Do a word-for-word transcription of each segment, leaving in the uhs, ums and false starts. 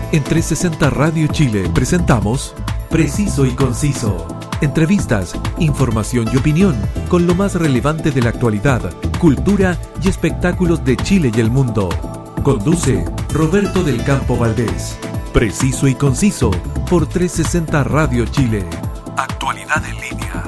En trescientos sesenta Radio Chile presentamos Preciso y Conciso. Entrevistas, información y opinión con lo más relevante de la actualidad, cultura y espectáculos de Chile y el mundo. Conduce Roberto del Campo Valdés. Preciso y Conciso por trescientos sesenta Radio Chile. Actualidad en línea.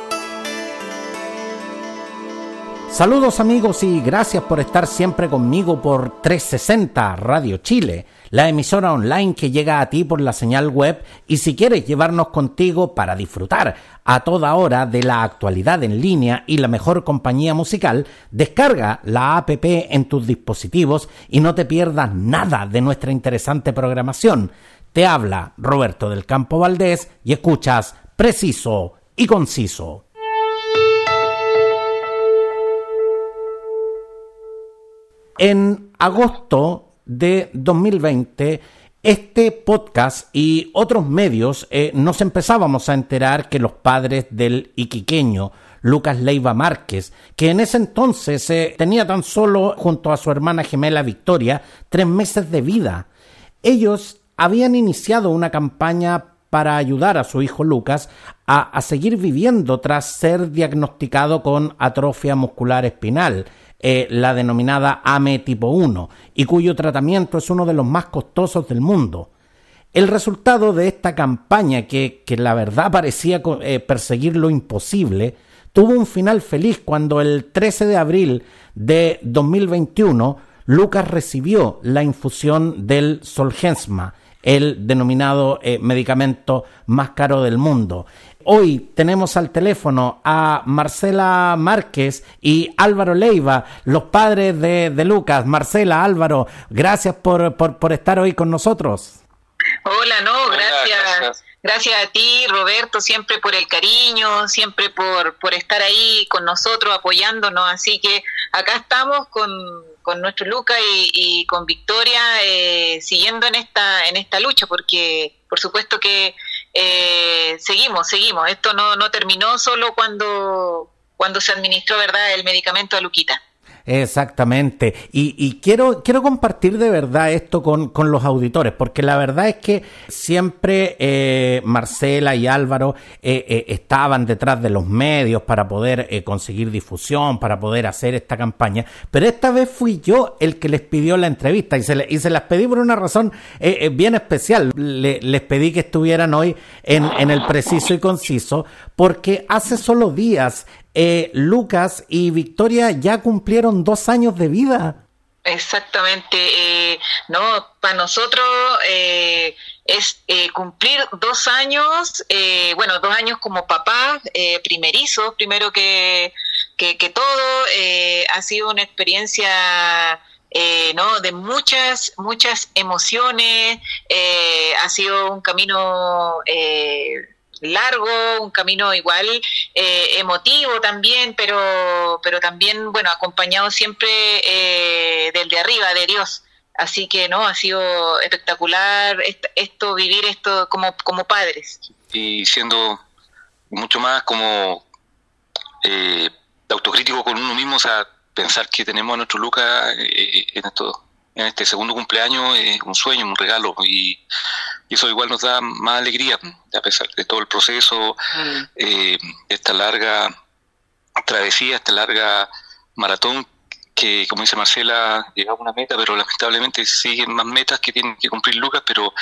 Saludos amigos y gracias por estar siempre conmigo por trescientos sesenta Radio Chile, la emisora online que llega a ti por la señal web, y si quieres llevarnos contigo para disfrutar a toda hora de la actualidad en línea y la mejor compañía musical, descarga la app en tus dispositivos y no te pierdas nada de nuestra interesante programación. Te habla Roberto del Campo Valdés y escuchas Preciso y Conciso. En agosto de dos mil veinte, este podcast y otros medios eh, nos empezábamos a enterar que los padres del iquiqueño Lucas Leiva Márquez, que en ese entonces eh, tenía tan solo junto a su hermana gemela Victoria tres meses de vida, ellos habían iniciado una campaña para ayudar a su hijo Lucas a, a seguir viviendo tras ser diagnosticado con atrofia muscular espinal, Eh, la denominada A M E tipo uno, y cuyo tratamiento es uno de los más costosos del mundo. El resultado de esta campaña, que, que la verdad parecía eh, perseguir lo imposible, tuvo un final feliz cuando el trece de abril de dos mil veintiuno Lucas recibió la infusión del Zolgensma, el denominado eh, medicamento más caro del mundo. Hoy tenemos al teléfono a Marcela Márquez y Álvaro Leiva, los padres de, de Lucas. Marcela, Álvaro, gracias por, por, por estar hoy con nosotros. Hola, no, Hola, gracias. gracias. Gracias a ti, Roberto, siempre por el cariño, siempre por, por estar ahí con nosotros, apoyándonos. Así que acá estamos con, con nuestro Lucas y, y con Victoria, eh, siguiendo en esta, en esta lucha, porque por supuesto que Eh, seguimos, seguimos. Esto no, no terminó solo cuando, cuando se administró, ¿verdad?, el medicamento a Luquita. Exactamente, y, y quiero quiero compartir de verdad esto con, con los auditores, porque la verdad es que siempre eh, Marcela y Álvaro eh, eh, estaban detrás de los medios para poder eh, conseguir difusión, para poder hacer esta campaña, pero esta vez fui yo el que les pidió la entrevista, y se, le, y se las pedí por una razón eh, eh, bien especial. Le, les pedí que estuvieran hoy en, en el Preciso y Conciso, porque hace solo días Eh, Lucas y Victoria ya cumplieron dos años de vida. Exactamente, eh, no, para nosotros eh, es eh, cumplir dos años, eh, bueno, dos años como papás, eh, primerizos, primero que, que, que todo, eh, ha sido una experiencia Eh, no, de muchas, muchas emociones, eh, ha sido un camino eh, largo, un camino igual eh, emotivo también, pero pero también, bueno, acompañado siempre eh, del de arriba, de Dios. Así que no, ha sido espectacular esto, esto vivir esto como como padres. Y siendo mucho más como eh, autocrítico con uno mismo, o sea, pensar que tenemos a nuestro Lucas eh, en esto, en este segundo cumpleaños es un sueño, un regalo, y, y eso igual nos da más alegría, a pesar de todo el proceso, mm. eh, esta larga travesía, esta larga maratón, que como dice Marcela, llegaba a una meta, pero lamentablemente siguen más metas que tienen que cumplir Lucas, pero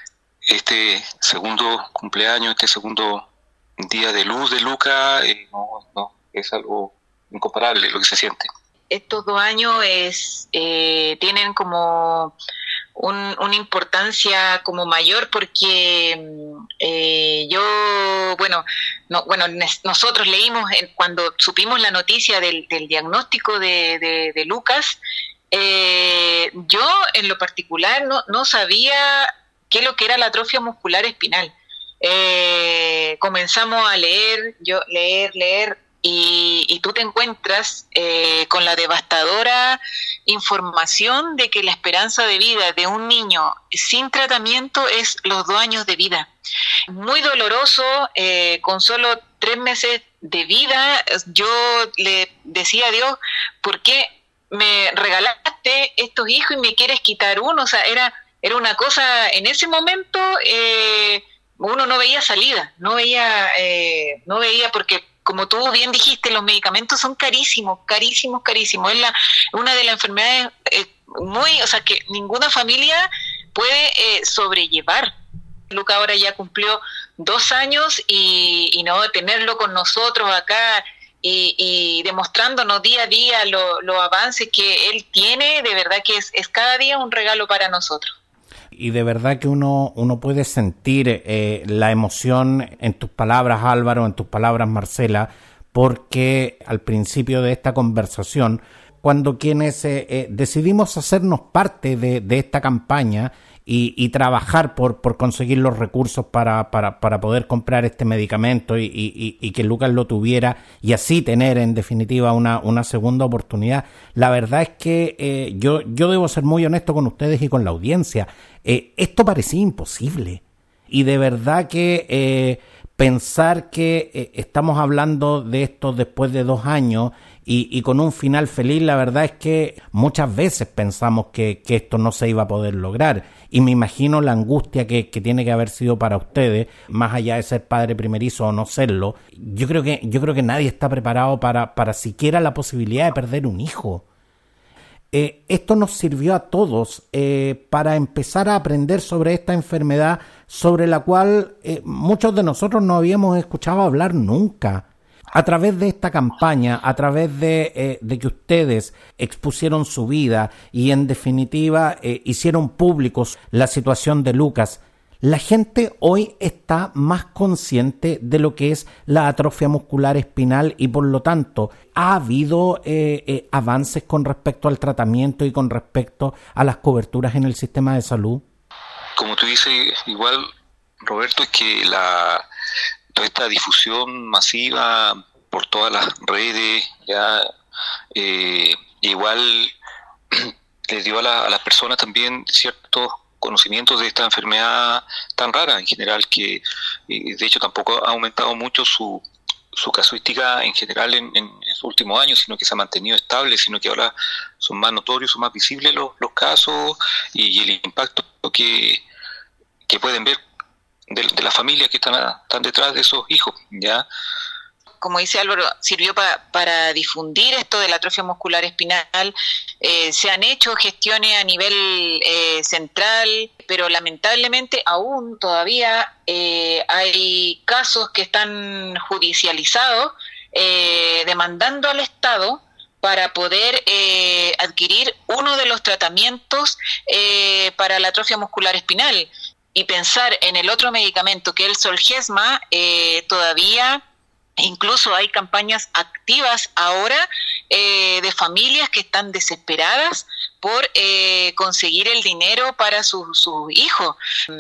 este segundo cumpleaños, este segundo día de luz de Lucas, eh, no, no, es algo incomparable lo que se siente. Estos dos años es, eh, tienen como un, una importancia como mayor porque eh, yo, bueno, no, bueno, nosotros leímos en, cuando supimos la noticia del, del diagnóstico de, de, de Lucas, eh, yo en lo particular no, no sabía qué es lo que era la atrofia muscular espinal. Eh, comenzamos a leer, yo leer, leer, Y, y tú te encuentras eh, con la devastadora información de que la esperanza de vida de un niño sin tratamiento es los dos años de vida. Muy doloroso, eh, con solo tres meses de vida, yo le decía a Dios, ¿por qué me regalaste estos hijos y me quieres quitar uno? O sea, era Era una cosa, en ese momento eh, uno no veía salida, no veía, eh, no veía porque, como tú bien dijiste, los medicamentos son carísimos, carísimos, carísimos. Es la, una de las enfermedades eh, muy, o sea, que ninguna familia puede eh, sobrellevar. Luca ahora ya cumplió dos años y, y no tenerlo con nosotros acá y, y demostrándonos día a día los lo avances que él tiene, de verdad que es, es cada día un regalo para nosotros. Y de verdad que uno, uno puede sentir eh, la emoción en tus palabras, Álvaro, en tus palabras, Marcela, porque al principio de esta conversación, cuando quienes eh, eh, decidimos hacernos parte de, de esta campaña y, y trabajar por, por conseguir los recursos para, para, para poder comprar este medicamento y, y, y que Lucas lo tuviera y así tener en definitiva una, una segunda oportunidad, la verdad es que eh, yo, yo debo ser muy honesto con ustedes y con la audiencia. Eh, esto parecía imposible y de verdad que eh, pensar que eh, estamos hablando de esto después de dos años y, y con un final feliz, la verdad es que muchas veces pensamos que, que esto no se iba a poder lograr y me imagino la angustia que, que tiene que haber sido para ustedes, más allá de ser padre primerizo o no serlo. Yo creo que, yo creo que nadie está preparado para, para siquiera la posibilidad de perder un hijo. Eh, esto nos sirvió a todos eh, para empezar a aprender sobre esta enfermedad sobre la cual eh, muchos de nosotros no habíamos escuchado hablar nunca. A través de esta campaña, a través de, eh, de que ustedes expusieron su vida y en definitiva eh, hicieron públicos la situación de Lucas, la gente hoy está más consciente de lo que es la atrofia muscular espinal y por lo tanto ha habido eh, eh, avances con respecto al tratamiento y con respecto a las coberturas en el sistema de salud. Como tú dices, igual, Roberto, es que la toda esta difusión masiva por todas las redes, ya eh, igual les dio a, la, a las personas también ciertos conocimientos de esta enfermedad tan rara en general, que eh, de hecho tampoco ha aumentado mucho su, su casuística en general en, en, en los últimos años, sino que se ha mantenido estable, sino que ahora son más notorios, son más visibles los, los casos y, y el impacto que, que pueden ver de, de las familias que están, a, están detrás de esos hijos, ¿ya? Como dice Álvaro, sirvió pa, para difundir esto de la atrofia muscular espinal. Eh, se han hecho gestiones a nivel eh, central, pero lamentablemente aún todavía eh, hay casos que están judicializados, eh, demandando al Estado para poder eh, adquirir uno de los tratamientos eh, para la atrofia muscular espinal. Y pensar en el otro medicamento que es el Zolgensma, eh, todavía... Incluso hay campañas activas ahora eh, de familias que están desesperadas por eh, conseguir el dinero para sus su hijos.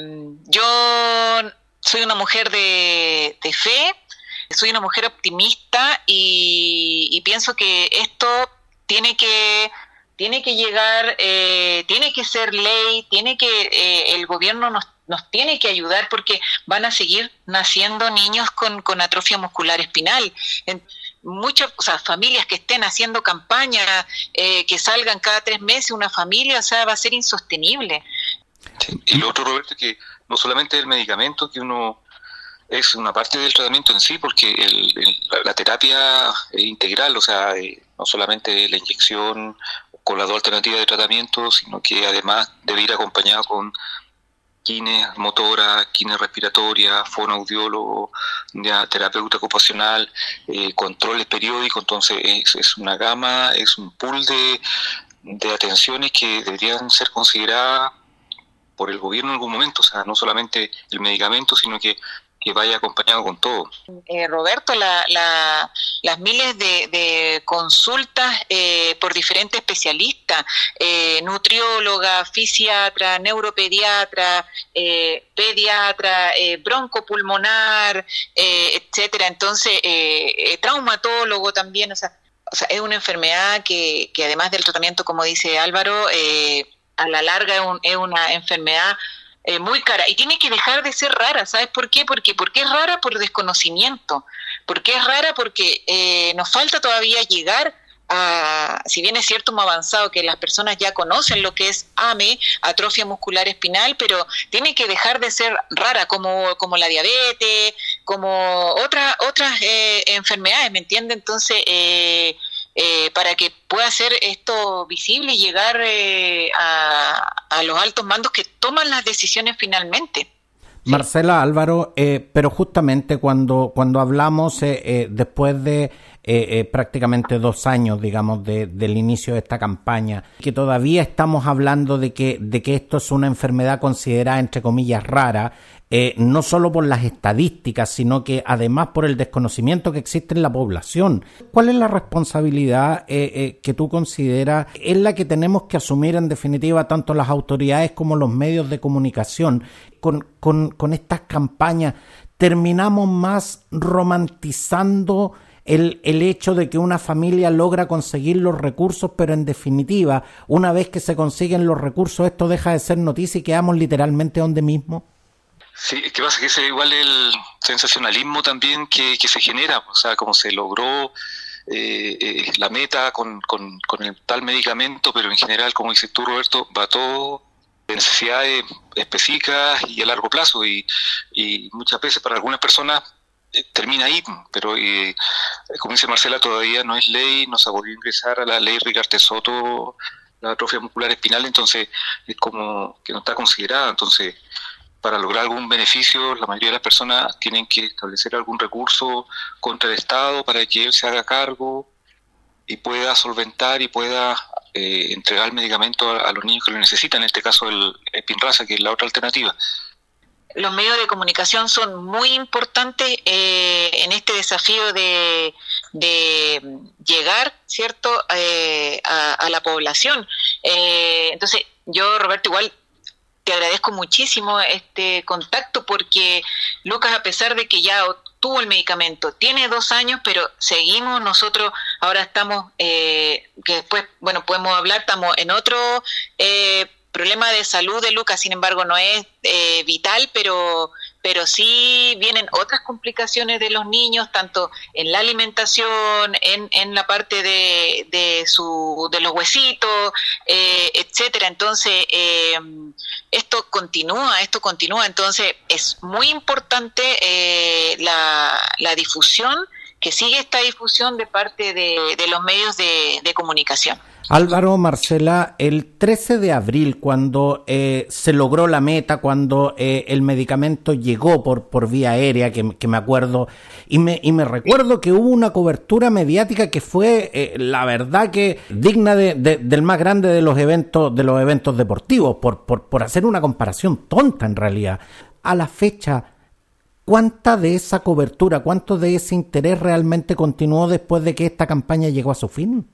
Yo soy una mujer de, de fe, soy una mujer optimista y, y pienso que esto tiene que tiene que llegar, eh, tiene que ser ley, tiene que eh, el gobierno nos nos tiene que ayudar porque van a seguir naciendo niños con, con atrofia muscular espinal. En muchas, o sea, familias que estén haciendo campañas, eh, que salgan cada tres meses una familia, o sea, va a ser insostenible. Sí. Y lo otro, Roberto, es que no solamente el medicamento, que uno es una parte del tratamiento en sí, porque el, el, la, la terapia es integral, o sea, eh, no solamente la inyección con las dos alternativas de tratamiento, sino que además debe ir acompañado con quines motora, quines respiratoria, fonoaudiólogo, ya, terapeuta ocupacional, eh, controles periódicos. Entonces es, es una gama, es un pool de, de atenciones que deberían ser consideradas por el gobierno en algún momento, o sea, no solamente el medicamento, sino que que vaya acompañado con todo. Eh, Roberto, la, la, las miles de, de consultas eh, por diferentes especialistas, eh, nutrióloga, fisiatra, neuropediatra, eh, pediatra, eh, broncopulmonar, eh, etcétera. Entonces, eh, eh, traumatólogo también, o sea, o sea, es una enfermedad que, que además del tratamiento, como dice Álvaro, eh, a la larga es, un, es una enfermedad Eh, muy cara, y tiene que dejar de ser rara. ¿Sabes por qué? Porque, porque es rara por desconocimiento, porque es rara porque eh, nos falta todavía llegar a, si bien es cierto, hemos avanzado que las personas ya conocen lo que es A M E, atrofia muscular espinal, pero tiene que dejar de ser rara, como, como la diabetes, como otra, otras eh, enfermedades, ¿me entiende? Entonces, eh, eh, para que pueda ser esto visible y llegar eh, a, a los altos mandos que toman las decisiones finalmente. Marcela, Álvaro, eh, pero justamente cuando, cuando hablamos eh, eh, después de eh, eh, prácticamente dos años, digamos, de, del inicio de esta campaña, que todavía estamos hablando de que, de que esto es una enfermedad considerada, entre comillas, rara, eh, no solo por las estadísticas, sino que además por el desconocimiento que existe en la población. ¿Cuál es la responsabilidad eh, eh, que tú consideras es la que tenemos que asumir en definitiva tanto las autoridades como los medios de comunicación con, con, con estas campañas? ¿Terminamos más romantizando el, el hecho de que una familia logra conseguir los recursos, pero en definitiva, una vez que se consiguen los recursos, esto deja de ser noticia y quedamos literalmente donde mismo? Sí, ¿qué pasa? Que ese igual el sensacionalismo también que, que se genera, o sea, como se logró eh, eh, la meta con, con, con el tal medicamento, pero en general, como dices tú, Roberto, va todo de necesidades específicas y a largo plazo, y, y muchas veces para algunas personas eh, termina ahí, pero eh, como dice Marcela, todavía no es ley, no se ha podido ingresar a la ley Rigarte-Soto, la atrofia muscular espinal, entonces es como que no está considerada, entonces para lograr algún beneficio, la mayoría de las personas tienen que establecer algún recurso contra el Estado para que él se haga cargo y pueda solventar y pueda eh, entregar medicamentos a, a los niños que lo necesitan, en este caso el Spinraza, que es la otra alternativa. Los medios de comunicación son muy importantes eh, en este desafío de, de llegar, ¿cierto?, eh, a, a la población. Eh, entonces, yo, Roberto, igual te agradezco muchísimo este contacto, porque Lucas, a pesar de que ya obtuvo el medicamento, tiene dos años, pero seguimos nosotros, ahora estamos, eh, que después, bueno, podemos hablar, estamos en otro eh, problema de salud de Lucas, sin embargo no es eh, vital, pero pero sí vienen otras complicaciones de los niños, tanto en la alimentación, en, en la parte de, de su de los huesitos, eh, etcétera. Entonces, eh, esto continúa, esto continúa. Entonces, es muy importante eh, la, la difusión, que sigue esta difusión de parte de, de los medios de, de comunicación. Álvaro, Marcela, el trece de abril, cuando eh, se logró la meta, cuando eh, el medicamento llegó por, por vía aérea, que, que me acuerdo, y me, y me recuerdo que hubo una cobertura mediática que fue, eh, la verdad, que digna de, de, del más grande de los eventos, de los eventos deportivos, por, por, por hacer una comparación tonta en realidad. A la fecha, ¿cuánta de esa cobertura, cuánto de ese interés realmente continuó después de que esta campaña llegó a su fin?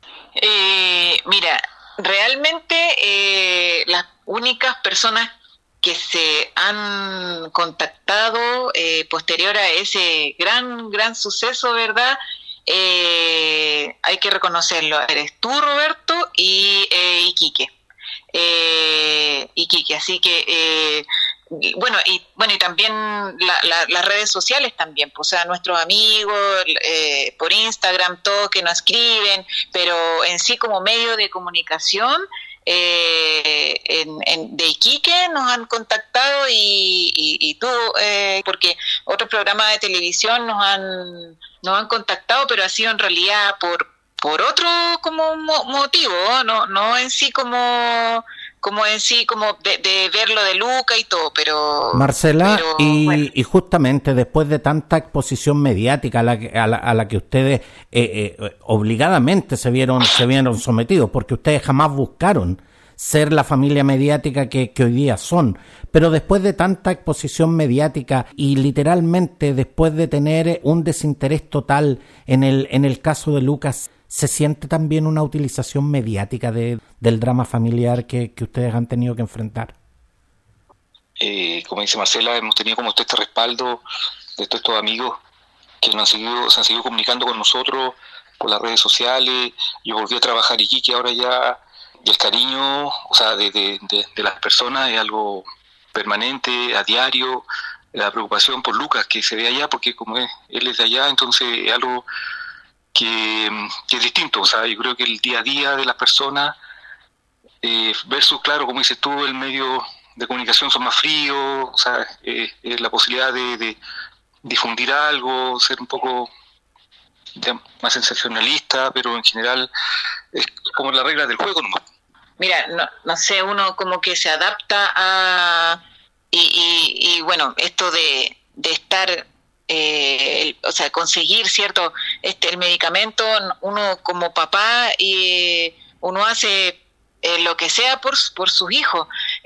Eh, mira, realmente eh, las únicas personas que se han contactado eh, posterior a ese gran, gran suceso, ¿verdad? Eh, hay que reconocerlo. Eres tú, Roberto, y eh, Iquique. Eh, Iquique, así que... Eh, bueno y bueno y también la, la, las redes sociales también, pues, o sea, nuestros amigos eh, por Instagram, todos que nos escriben, pero en sí como medio de comunicación eh, en, en, de Iquique nos han contactado y, y, y tú, eh, porque otros programas de televisión nos han nos han contactado, pero ha sido en realidad por por otro como mo- motivo, no no en sí como como en sí, como de, de ver lo de Luca y todo, pero... Marcela, pero, y, bueno. y justamente después de tanta exposición mediática a la que, a la, a la que ustedes eh, eh, obligadamente se vieron, se vieron sometidos, porque ustedes jamás buscaron ser la familia mediática que, que hoy día son, pero después de tanta exposición mediática y literalmente después de tener un desinterés total en el, en el caso de Lucas, ¿se siente también una utilización mediática de, del drama familiar que, que ustedes han tenido que enfrentar? Eh, como dice Marcela, hemos tenido como todo este respaldo de todos estos amigos que nos han seguido, se han seguido comunicando con nosotros por las redes sociales. Yo volví a trabajar en Iquique ahora ya, y el cariño, o sea, de, de, de, de las personas es algo permanente, a diario. La preocupación por Lucas, que se ve allá, porque como es, él es de allá, entonces es algo que, que es distinto. O sea, yo creo que el día a día de las personas eh, versus, claro, como dices tú, el medio de comunicación son más fríos, o sea, eh, eh, la posibilidad de, de difundir algo, ser un poco ya, más sensacionalista, pero en general es como la regla del juego nomás. Mira, no, no sé, uno como que se adapta a... Y, y, y bueno, esto de, de estar... Eh, el, o sea, conseguir cierto este el medicamento, uno como papá y uno hace eh, lo que sea por por sus hijos.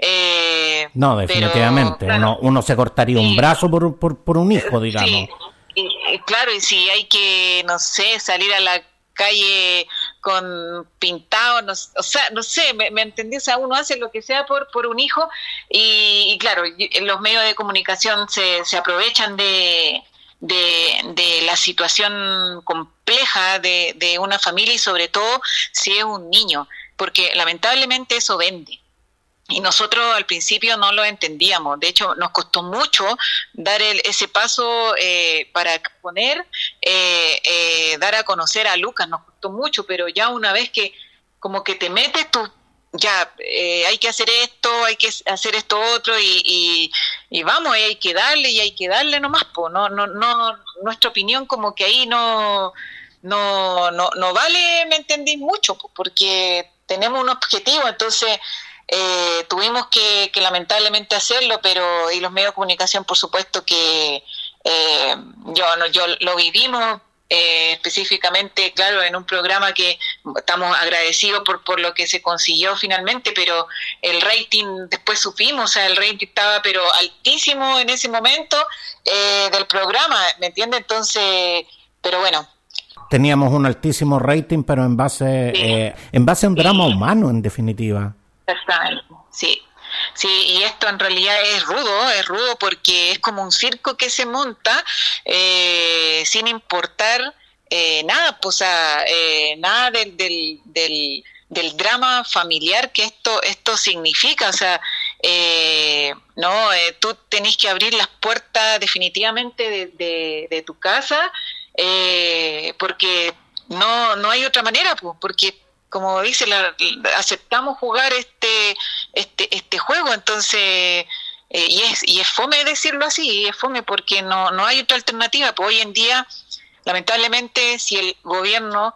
Eh, no, definitivamente. Pero, claro, uno, uno se cortaría un y, brazo por, por por un hijo, digamos. Sí, y, claro, y si hay que, no sé, salir a la calle con pintado, no, o sea, no sé, me, me entendí, o sea, uno hace lo que sea por por un hijo y, y claro, los medios de comunicación se, se aprovechan de De, de la situación compleja de, de una familia y sobre todo si es un niño, porque lamentablemente eso vende. Y nosotros al principio no lo entendíamos, de hecho nos costó mucho dar el, ese paso eh, para exponer, eh, eh, dar a conocer a Lucas, nos costó mucho, pero ya una vez que como que te metes tú, ya, eh, hay que hacer esto, hay que hacer esto otro y, y, y vamos, hay que darle y hay que darle nomás, pues, no, no, no, nuestra opinión como que ahí no, no, no, no vale, me entendí mucho, pues, porque tenemos un objetivo, entonces eh, tuvimos que, que lamentablemente hacerlo, pero y los medios de comunicación, por supuesto que eh, yo, no, yo lo vivimos. Eh, específicamente, claro, en un programa que estamos agradecidos por, por lo que se consiguió finalmente, pero el rating, después supimos, o sea, el rating estaba pero altísimo en ese momento eh, del programa, ¿me entiendes? Entonces, pero bueno. Teníamos un altísimo rating, pero en base, sí. eh, en base a un drama sí. humano, en definitiva. Exactamente, sí. Sí, y esto en realidad es rudo, es rudo porque es como un circo que se monta eh, sin importar eh, nada, pues, o sea, eh, nada del, del, del, del drama familiar que esto esto significa, o sea, eh, no, eh, tú tenés que abrir las puertas definitivamente de, de, de tu casa eh, porque no no hay otra manera, pues, porque como dice, la, la, aceptamos jugar este este este juego, entonces eh, y es y es fome decirlo así, es fome porque no no hay otra alternativa, pues hoy en día lamentablemente si el gobierno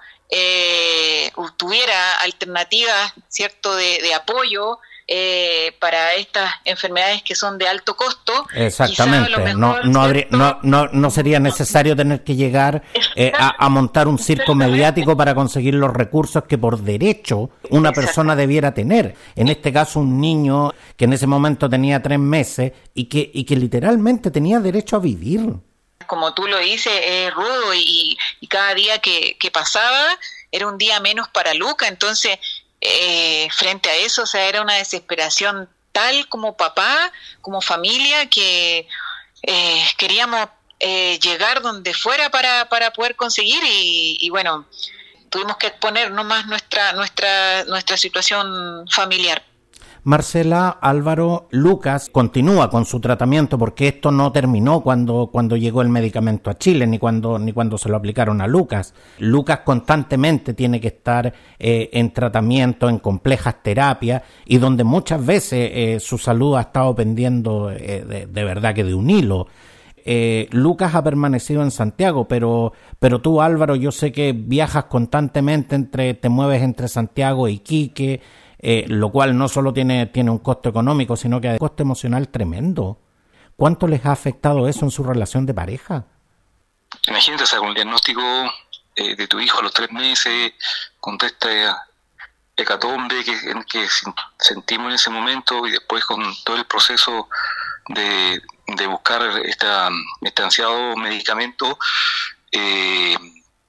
eh, tuviera alternativas, cierto, de, de apoyo eh, para estas enfermedades que son de alto costo, exactamente, mejor, no no, habría, no no no sería necesario tener que llegar eh, a, a montar un circo mediático para conseguir los recursos que por derecho una persona debiera tener, en este caso un niño que en ese momento tenía tres meses y que y que literalmente tenía derecho a vivir. Como tú lo dices, es rudo y, y cada día que, que pasaba era un día menos para Luca, entonces eh, frente a eso, o sea, era una desesperación tal como papá, como familia, que eh, queríamos eh, llegar donde fuera para, para poder conseguir y, y bueno, tuvimos que exponer nomás nuestra, nuestra, nuestra situación familiar. Marcela, Álvaro, Lucas continúa con su tratamiento porque esto no terminó cuando, cuando llegó el medicamento a Chile, ni cuando, ni cuando se lo aplicaron a Lucas. Lucas constantemente tiene que estar eh, en tratamiento, en complejas terapias, y donde muchas veces eh, su salud ha estado pendiendo eh, de, de verdad que de un hilo. Eh, Lucas ha permanecido en Santiago, pero pero tú, Álvaro, yo sé que viajas constantemente, entre te mueves entre Santiago y Iquique, Eh, lo cual no solo tiene, tiene un costo económico, sino que hay un costo emocional tremendo. ¿Cuánto les ha afectado eso en su relación de pareja? Imagínate, o sea, con el diagnóstico eh, de tu hijo a los tres meses, con toda esta hecatombe que, que sentimos en ese momento y después con todo el proceso de, de buscar esta, este ansiado medicamento, eh,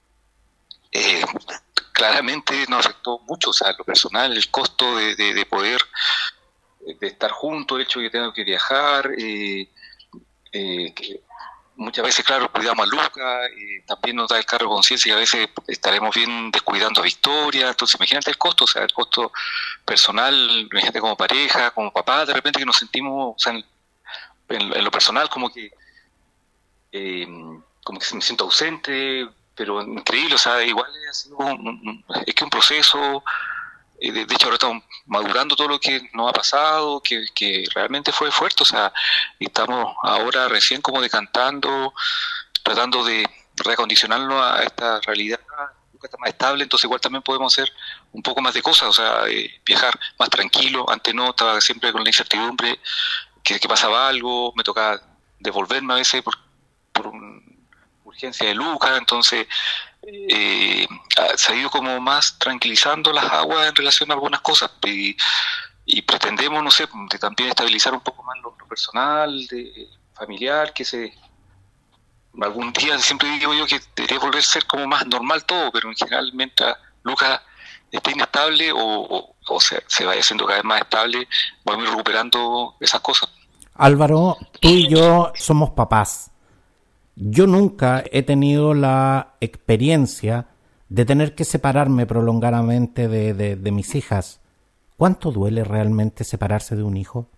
eh, claramente nos afectó mucho, o sea, lo personal, el costo de, de, de poder de estar juntos, el hecho de que tengo que viajar, eh, eh, que muchas veces, claro, cuidamos a Luca, eh, también nos da el cargo de conciencia y a veces estaremos bien descuidando a Victoria, entonces imagínate el costo, o sea, el costo personal, imagínate como pareja, como papá, de repente que nos sentimos, o sea, en, en, en lo personal como que eh, como que me siento ausente, pero increíble, o sea, igual ha sido un, un, es que un proceso, eh, de, de hecho ahora estamos madurando todo lo que nos ha pasado, que, que realmente fue fuerte, o sea, estamos ahora recién como decantando, tratando de reacondicionarnos a esta realidad que está más estable, entonces igual también podemos hacer un poco más de cosas, o sea, eh, viajar más tranquilo. Antes no, estaba siempre con la incertidumbre que, que pasaba algo, me tocaba devolverme a veces por, por una urgencia de Lucas, entonces eh, se ha ido como más tranquilizando las aguas en relación a algunas cosas, y, y pretendemos, no sé, de también estabilizar un poco más lo, lo personal, de, familiar, que se algún día, siempre digo yo que debería volver a ser como más normal todo, pero en general mientras Lucas esté inestable o, o, o se, se vaya haciendo cada vez más estable, vamos a ir recuperando esas cosas. Álvaro, tú y yo somos papás. Yo nunca he tenido la experiencia de tener que separarme prolongadamente de, de, de mis hijas. ¿Cuánto duele realmente separarse de un hijo?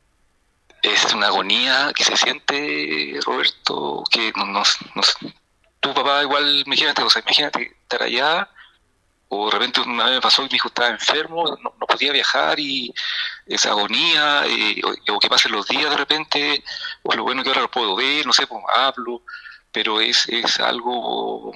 Es una agonía que se siente, Roberto, que no, no, no, tu papá igual, imagínate, o sea, imagínate estar allá, o de repente una vez me pasó que mi hijo estaba enfermo, no, no podía viajar, y esa agonía, eh, o, o que pasen los días de repente, o lo bueno que ahora lo puedo ver, no sé, pues hablo, pero es, es algo,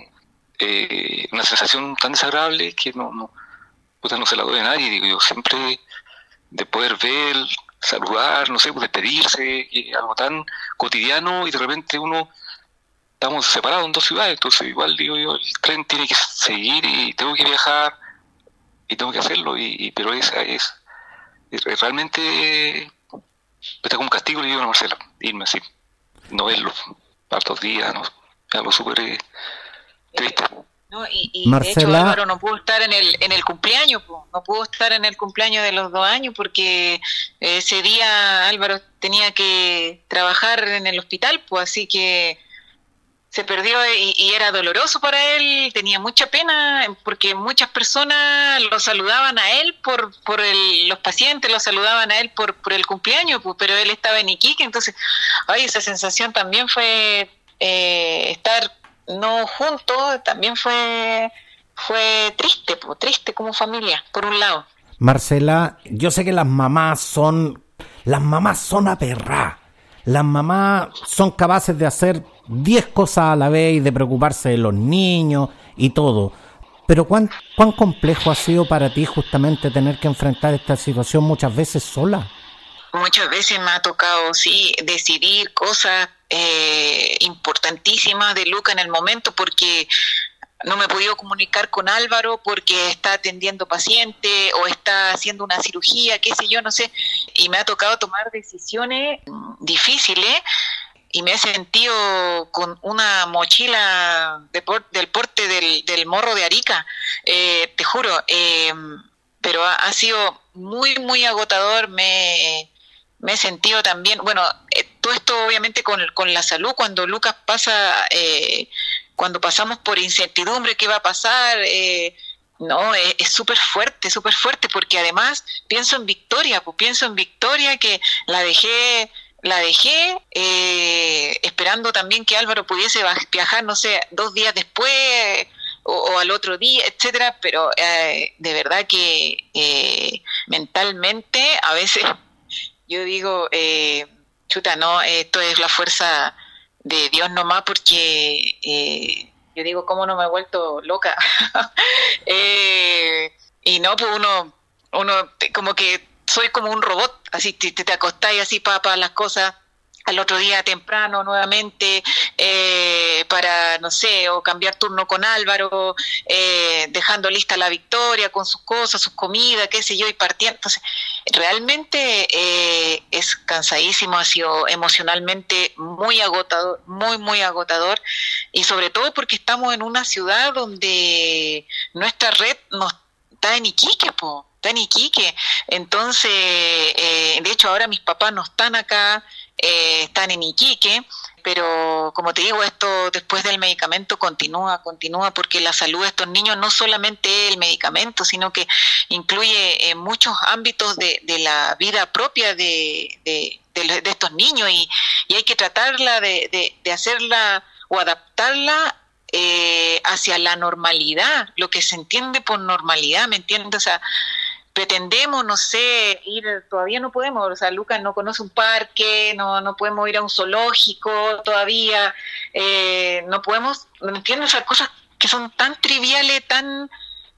eh, una sensación tan desagradable que no, no, puta, no se la doy a nadie, digo yo, siempre de poder ver, saludar, no sé, pues despedirse, algo tan cotidiano, y de repente uno estamos separados en dos ciudades, entonces igual digo yo, el tren tiene que seguir y tengo que viajar y tengo que hacerlo, y, y pero esa es, es, es realmente está como un castigo, le digo a Marcela, irme así, no verlo hartos días, no, es algo súper eh, triste. No, y, y Marcela... de hecho Álvaro no pudo estar en el en el cumpleaños, po. no pudo estar en el cumpleaños de los dos años porque ese día Álvaro tenía que trabajar en el hospital, pues así que se perdió y, y era doloroso para él, tenía mucha pena porque muchas personas lo saludaban a él por por el, los pacientes lo saludaban a él por por el cumpleaños, pues, pero él estaba en Iquique, entonces ay, esa sensación también fue eh, estar no juntos, también fue fue triste, po, triste como familia, por un lado. Marcela, yo sé que las mamás son las mamás son aperradas. Las mamás son capaces de hacer diez cosas a la vez y de preocuparse de los niños y todo. Pero ¿cuán, cuán complejo ha sido para ti justamente tener que enfrentar esta situación muchas veces sola? Muchas veces me ha tocado, sí, decidir cosas eh, importantísimas de Luca en el momento, porque no me he podido comunicar con Álvaro porque está atendiendo pacientes o está haciendo una cirugía, qué sé yo, no sé, y me ha tocado tomar decisiones difíciles y me he sentido con una mochila de por, del porte del, del Morro de Arica, eh, te juro, eh, pero ha, ha sido muy, muy agotador. me... Me he sentido también, bueno, eh, todo esto obviamente con, con la salud, cuando Lucas pasa, eh, cuando pasamos por incertidumbre, ¿qué va a pasar? Eh, no, es súper fuerte, súper fuerte, porque además pienso en Victoria, pues pienso en Victoria que la dejé, la dejé eh, esperando también que Álvaro pudiese viajar, no sé, dos días después o, o al otro día, etcétera, pero eh, de verdad que eh, mentalmente a veces... Yo digo, eh, chuta, no, esto es la fuerza de Dios nomás, porque eh, yo digo, ¿cómo no me he vuelto loca? eh, y no, pues uno, uno como que soy como un robot, así te, te acostáis así para pa las cosas al otro día temprano nuevamente, eh, para, no sé, o cambiar turno con Álvaro, eh, dejando lista la Victoria con sus cosas, sus comidas, qué sé yo, y partiendo. Entonces, realmente eh, es cansadísimo, ha sido emocionalmente muy agotador, muy, muy agotador, y sobre todo porque estamos en una ciudad donde nuestra red nos está en Iquique, po, está en Iquique. Entonces, eh, de hecho, ahora mis papás no están acá, eh, están en Iquique, pero como te digo, esto después del medicamento continúa, continúa, porque la salud de estos niños no solamente es el medicamento, sino que incluye eh, muchos ámbitos de, de la vida propia de, de, de, de estos niños, y, y hay que tratarla de, de, de hacerla o adaptarla eh, hacia la normalidad, lo que se entiende por normalidad, ¿me entiendes? O sea, pretendemos, no sé, ir, todavía no podemos, o sea, Lucas no conoce un parque, no no podemos ir a un zoológico todavía, eh, no podemos, ¿me entiendes? O sea, cosas que son tan triviales, tan,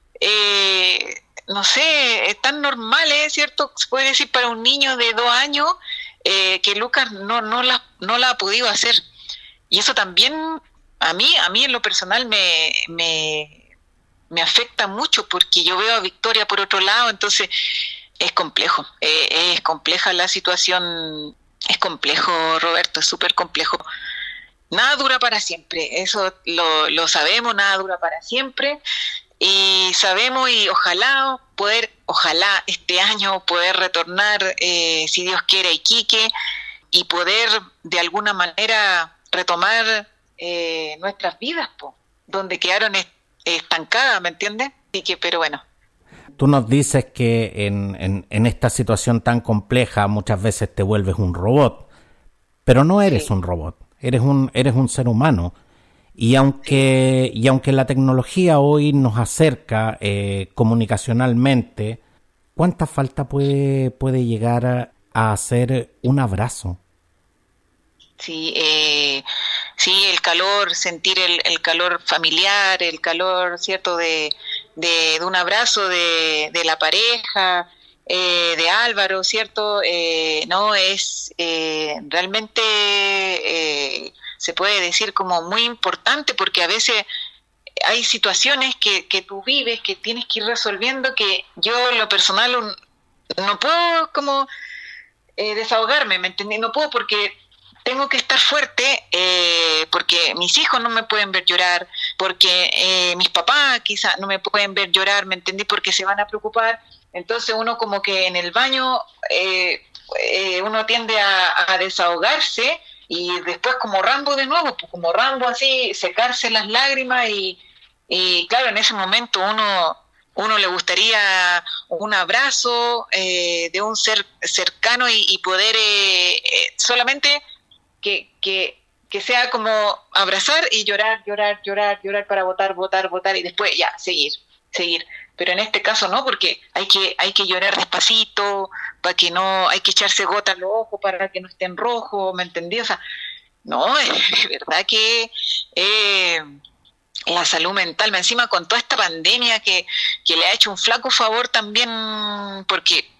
eh, no sé, tan normales, ¿cierto? Se puede decir para un niño de dos años, eh, que Lucas no no la, no la ha podido hacer. Y eso también, a mí, a mí en lo personal me... me me afecta mucho porque yo veo a Victoria por otro lado, entonces es complejo, eh, es compleja la situación, es complejo, Roberto, es súper complejo. Nada dura para siempre, eso lo, lo sabemos, nada dura para siempre, y sabemos y ojalá poder, ojalá este año poder retornar, eh, si Dios quiere, a Iquique y poder de alguna manera retomar eh, nuestras vidas, po, donde quedaron est- estancada, ¿me entiendes? Y que, pero bueno. Tú nos dices que en, en, en esta situación tan compleja muchas veces te vuelves un robot, pero no eres sí. un robot, eres un eres un ser humano. Y aunque sí. y aunque la tecnología hoy nos acerca eh, comunicacionalmente, ¿cuánta falta puede puede llegar a, a hacer un abrazo? Sí, eh, sí, el calor, sentir el, el calor familiar, el calor, ¿cierto?, de, de, de un abrazo de, de la pareja, eh, de Álvaro, ¿cierto? Eh, no, es eh, realmente, eh, se puede decir como muy importante, porque a veces hay situaciones que, que tú vives, que tienes que ir resolviendo, que yo en lo personal un, no puedo como eh, desahogarme, ¿me entendí? No puedo porque... tengo que estar fuerte, eh, porque mis hijos no me pueden ver llorar, porque eh, mis papás quizás no me pueden ver llorar, ¿me entendí? Porque se van a preocupar. Entonces uno como que en el baño eh, eh, uno tiende a, a desahogarse y después como Rambo de nuevo, pues como Rambo así, secarse las lágrimas y, y claro, en ese momento uno... uno le gustaría un abrazo eh, de un ser cercano y, y poder eh, eh, solamente... Que, que, que sea como abrazar y llorar, llorar, llorar, llorar para votar, votar, votar y después ya, seguir, seguir. Pero en este caso no, porque hay que hay que llorar despacito, para que no, hay que echarse gotas en los ojos para que no estén rojos, ¿me entendí? O sea, no, es verdad que eh, la salud mental, encima con toda esta pandemia que, que le ha hecho un flaco favor también, porque...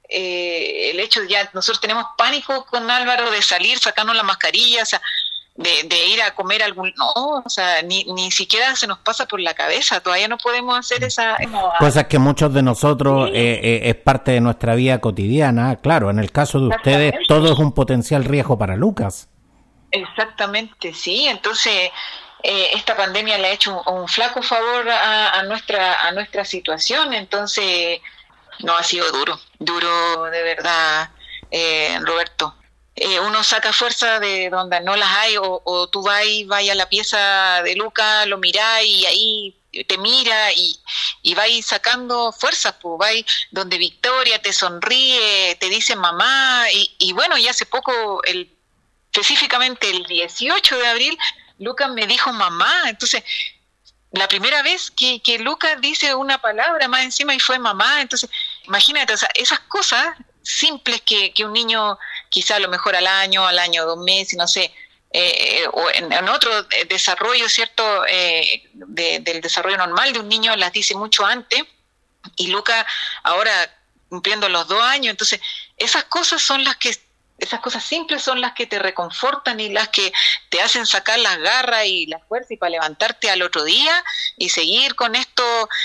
Eh, el hecho de ya nosotros tenemos pánico con Álvaro de salir, sacarnos la mascarilla, o sea, de, de ir a comer algún, no, o sea, ni, ni siquiera se nos pasa por la cabeza, todavía no podemos hacer esa... Cosas que muchos de nosotros sí. eh, eh, es parte de nuestra vida cotidiana, claro, en el caso de ustedes todo es un potencial riesgo para Lucas. Exactamente, sí, entonces eh, esta pandemia le ha hecho un, un flaco favor a, a nuestra a nuestra situación, entonces... No, ha sido duro, duro de verdad, eh, Roberto. Eh, uno saca fuerza de donde no las hay, o, o tú vas y vas a la pieza de Lucas, lo mirás y ahí te mira y, y vas sacando fuerzas, pues vas donde Victoria te sonríe, te dice mamá, y, y bueno, y hace poco, el específicamente el dieciocho de abril, Lucas me dijo mamá, entonces... La primera vez que, que Lucas dice una palabra más encima y fue mamá, entonces imagínate, o sea, esas cosas simples que, que un niño quizá a lo mejor al año, al año, dos meses, no sé, eh, o en, en otro desarrollo, ¿cierto?, eh, de, del desarrollo normal de un niño las dice mucho antes, y Lucas ahora cumpliendo los dos años, entonces esas cosas son las que... Esas cosas simples son las que te reconfortan y las que te hacen sacar las garras y la fuerza y para levantarte al otro día y seguir con esto,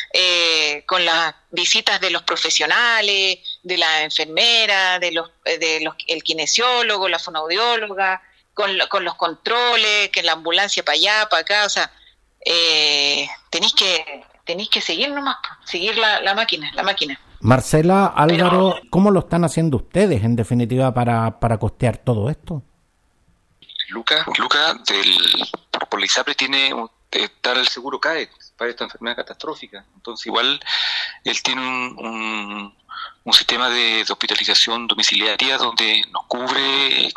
eh, con las visitas de los profesionales, de la enfermera, de los, de los el kinesiólogo, la fonoaudióloga, con, con los controles, que la ambulancia para allá, para acá, o sea, eh, tenéis que tenéis que seguir nomás, seguir la, la máquina, la máquina. Marcela, Álvaro, ¿cómo lo están haciendo ustedes, en definitiva, para, para costear todo esto? Lucas, Lucas del, por la ISAPRES tiene, está el seguro C A E para esta enfermedad catastrófica. Entonces, igual, él tiene un, un, un sistema de, de hospitalización domiciliaria donde nos cubre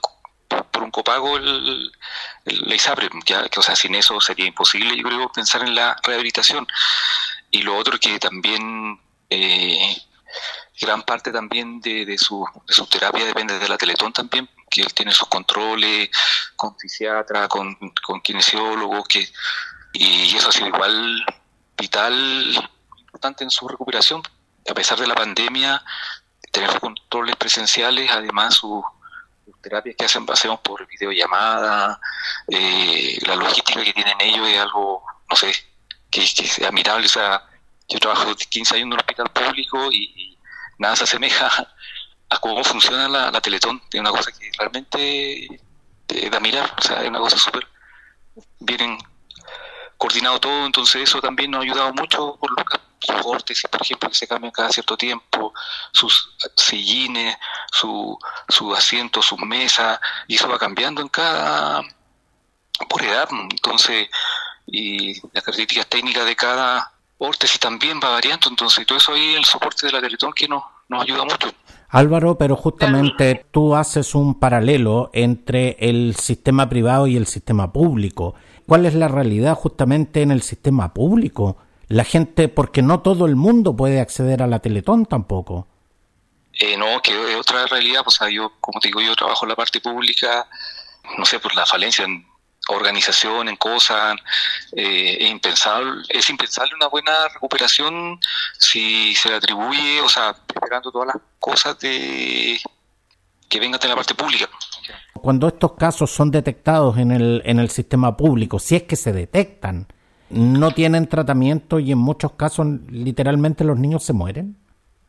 por, por un copago el, el, la ISAPRE, ya, que, o sea, sin eso sería imposible, yo creo, pensar en la rehabilitación. Y lo otro que también, eh, gran parte también de, de, su, de su terapia depende de la Teletón también, que él tiene sus controles con fisiatra, con, con kinesiólogos, que, y eso ha sido igual vital, importante en su recuperación. A pesar de la pandemia, tener controles presenciales, además sus su terapias que hacen, hacemos por videollamada, eh, la logística que tienen ellos es algo, no sé, que, que es admirable. O sea, yo trabajo quince años en un hospital público y, y nada se asemeja a cómo funciona la, la Teletón. Es una cosa que realmente es de admirar, o sea, es una cosa súper bien coordinado todo. Entonces eso también nos ha ayudado mucho por Lucas. Sus órtesis, por ejemplo, que se cambian cada cierto tiempo, sus sillines, su, su asiento, sus mesas, y eso va cambiando en cada, por edad. Entonces, y las características técnicas de cada órtesis también va variando. Entonces, todo eso ahí, el soporte de la Teletón que nos, nos ayuda mucho. Álvaro, pero justamente tú haces un paralelo entre el sistema privado y el sistema público. ¿Cuál es la realidad justamente en el sistema público? La gente, porque no todo el mundo puede acceder a la Teletón tampoco. Eh, no, que es otra realidad. Pues, o sea, yo, como te digo, yo trabajo en la parte pública, no sé, por la falencia en organización, en cosas, eh, es impensable, es impensable una buena recuperación si se le atribuye, o sea, esperando todas las cosas de que vengan de la parte pública. Cuando estos casos son detectados en el, en el sistema público, si es que se detectan, no tienen tratamiento y en muchos casos literalmente los niños se mueren.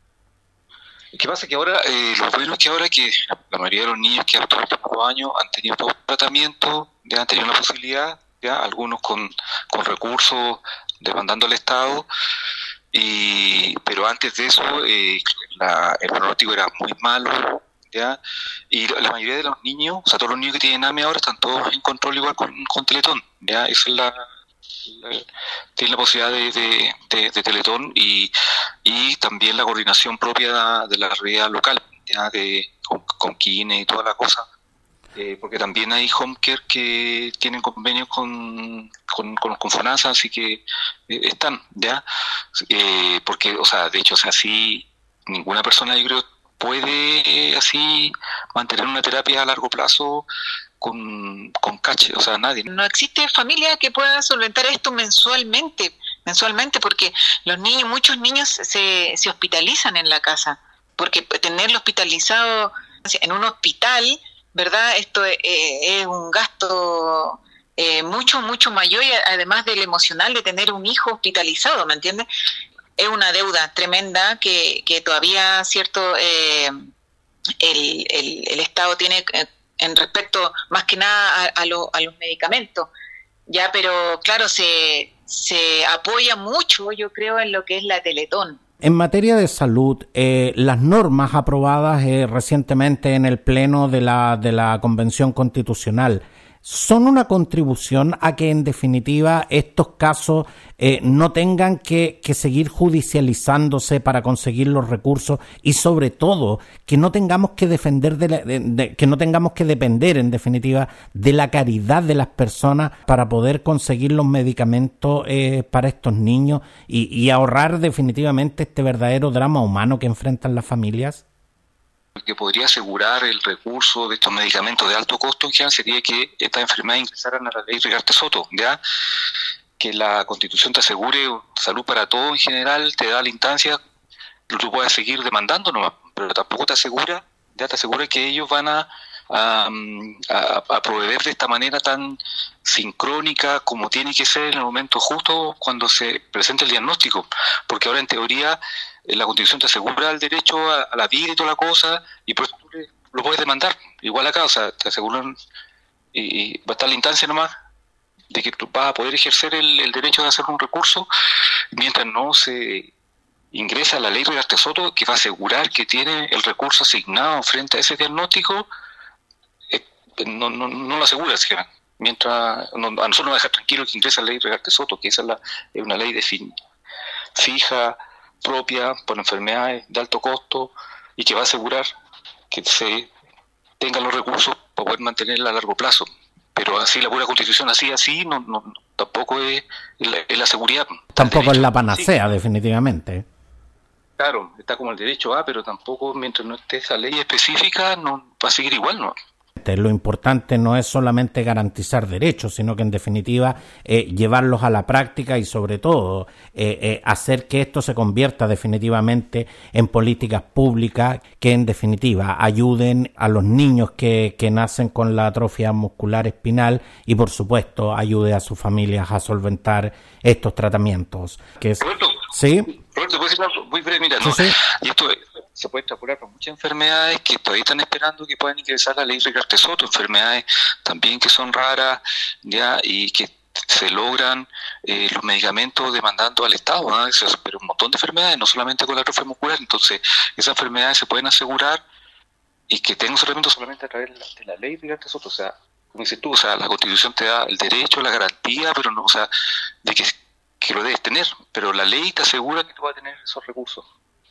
¿Qué pasa? Que ahora, eh, lo bueno es que ahora que la mayoría de los niños que han estado los últimos años han tenido todo tratamiento, ya han tenido la posibilidad, ya algunos con, con recursos demandando al Estado, y pero antes de eso eh, la, el pronóstico era muy malo, ya, y la mayoría de los niños, o sea, todos los niños que tienen A M E ahora están todos en control igual con, con Teletón, ya, esa es la... tiene la posibilidad de, de, de, de Teletón y, y también la coordinación propia de la realidad local, ya de, con, con Kine y toda la cosa, eh, porque también hay home care que tienen convenios con, con, con, con FONASA, así que eh, están, ya, eh, porque, o sea, de hecho, o sea, así ninguna persona, yo creo, puede eh, así mantener una terapia a largo plazo con, con cache, o sea, nadie. No existe familia que pueda solventar esto mensualmente, mensualmente, porque los niños, muchos niños se, se hospitalizan en la casa, porque tenerlo hospitalizado en un hospital, ¿verdad? Esto es, es un gasto eh, mucho, mucho mayor, y además del emocional de tener un hijo hospitalizado, ¿me entiendes? Es una deuda tremenda que, que todavía, cierto, eh, el, el, el Estado tiene eh, en respecto más que nada a, a, lo, a los medicamentos, ya, pero claro, se, se apoya mucho, yo creo, en lo que es la Teletón. En materia de salud, eh, las normas aprobadas eh, recientemente en el Pleno de la, de la Convención Constitucional son una contribución a que, en definitiva, estos casos eh, no tengan que, que seguir judicializándose para conseguir los recursos, y sobre todo que no tengamos que defender de, la, de, de que no tengamos que depender, en definitiva, de la caridad de las personas para poder conseguir los medicamentos eh, para estos niños y, y ahorrar definitivamente este verdadero drama humano que enfrentan las familias. Que podría asegurar el recurso de estos medicamentos de alto costo en general sería que estas enfermedades ingresaran a la ley Rigarte Soto, ¿ya? Que la Constitución te asegure salud para todos en general, te da la instancia, tú puedes seguir demandando nomás, pero tampoco te asegura, ya te asegura que ellos van a, a, a, a proveer de esta manera tan sincrónica como tiene que ser en el momento justo cuando se presenta el diagnóstico, porque ahora en teoría la Constitución te asegura el derecho a, a la vida y toda la cosa, y por eso tú le, lo puedes demandar. Igual acá, o sea, te aseguran, y, y va a estar la instancia nomás de que tú vas a poder ejercer el, el derecho de hacer un recurso mientras no se ingresa la ley Rigarte Soto, que va a asegurar que tiene el recurso asignado frente a ese diagnóstico. Eh, no, no, no lo asegura, siquiera. Mientras no, a nosotros nos va a dejar tranquilo que ingresa la ley Rigarte Soto, que esa es, la, es una ley de fin, fija, propia, por enfermedades de alto costo, y que va a asegurar que se tengan los recursos para poder mantenerla a largo plazo. Pero así la pura Constitución, así, así, no, no tampoco es, es, la, es la seguridad. Tampoco es la panacea, sí. Definitivamente. Claro, está como el derecho A, pero tampoco, mientras no esté esa ley específica, no va a seguir igual, ¿no? Lo importante no es solamente garantizar derechos, sino que en definitiva eh, llevarlos a la práctica y sobre todo eh, eh, hacer que esto se convierta definitivamente en políticas públicas que en definitiva ayuden a los niños que, que nacen con la atrofia muscular espinal y por supuesto ayude a sus familias a solventar estos tratamientos. Que es... Roberto, ¿Sí? Roberto, ¿puedo decir algo muy breve? Mira, sí, no, sí. Y esto se puede extrapolar para muchas enfermedades que todavía están esperando que puedan ingresar la ley Ricarte-Soto, enfermedades también que son raras, ya, y que se logran eh, los medicamentos demandando al Estado, ¿no? Eso, pero un montón de enfermedades, no solamente con la atrofia muscular. Entonces, esas enfermedades se pueden asegurar y que tengan tratamiento solamente a través de la, de la ley Ricarte-Soto. O sea, como dices tú, o sea, la Constitución te da el derecho, la garantía, pero no, o sea, de que, que lo debes tener, pero la ley te asegura que tú vas a tener esos recursos.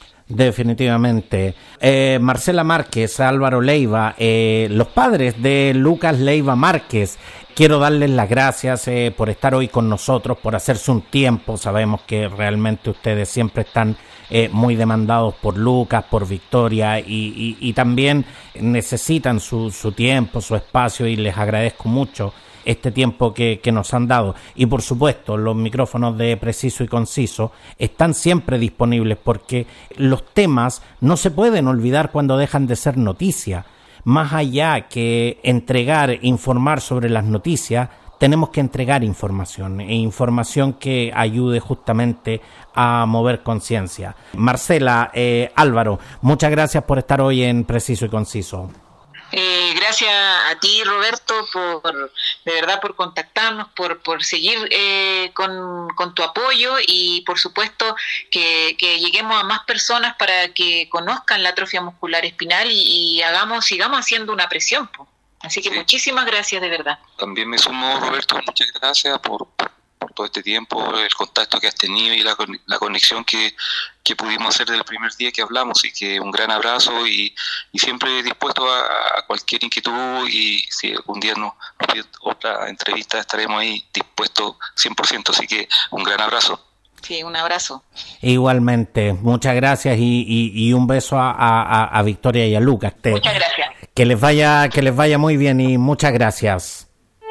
Definitivamente. Eh, Marcela Márquez, Álvaro Leiva, eh, los padres de Lucas Leiva Márquez, quiero darles las gracias eh, por estar hoy con nosotros, por hacerse un tiempo. Sabemos que realmente ustedes siempre están eh, muy demandados por Lucas, por Victoria y, y, y también necesitan su, su tiempo, su espacio y les agradezco mucho este tiempo que, que nos han dado. Y por supuesto, los micrófonos de Preciso y Conciso están siempre disponibles porque los temas no se pueden olvidar cuando dejan de ser noticia. Más allá que entregar, informar sobre las noticias, tenemos que entregar información, e información que ayude justamente a mover conciencia. Marcela, eh, Álvaro, muchas gracias por estar hoy en Preciso y Conciso. Eh, gracias a ti, Roberto, por de verdad por contactarnos, por por seguir eh, con, con tu apoyo y por supuesto que, que lleguemos a más personas para que conozcan la atrofia muscular espinal y, y hagamos sigamos haciendo una presión. Po. Así que sí. Muchísimas gracias, de verdad. También me sumo, Roberto, muchas gracias por, por, por todo este tiempo, el contacto que has tenido y la, la conexión que, que pudimos hacer desde el primer día que hablamos. Y que un gran abrazo y, y siempre dispuesto a, a cualquier inquietud, y si algún día nos, nos pide otra entrevista estaremos ahí dispuestos cien por ciento. Así que un gran abrazo. Sí, un abrazo. Igualmente, muchas gracias y, y, y un beso a, a, a Victoria y a Lucas. Te, muchas gracias. Que les vaya, que les vaya muy bien y muchas gracias.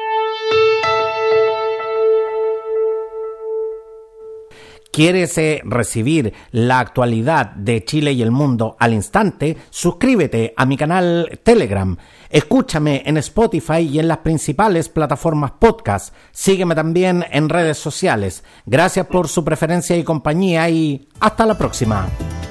¿Quieres eh, recibir la actualidad de Chile y el mundo al instante? Suscríbete a mi canal Telegram. Escúchame en Spotify y en las principales plataformas podcast. Sígueme también en redes sociales. Gracias por su preferencia y compañía y hasta la próxima.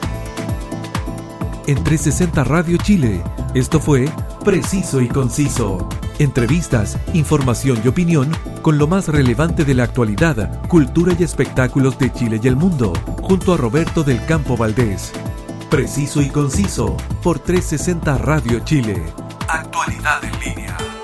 En trescientos sesenta Radio Chile, esto fue Preciso y Conciso. Entrevistas, información y opinión con lo más relevante de la actualidad, cultura y espectáculos de Chile y el mundo, junto a Roberto del Campo Valdés. Preciso y Conciso por trescientos sesenta Radio Chile. Actualidad en línea.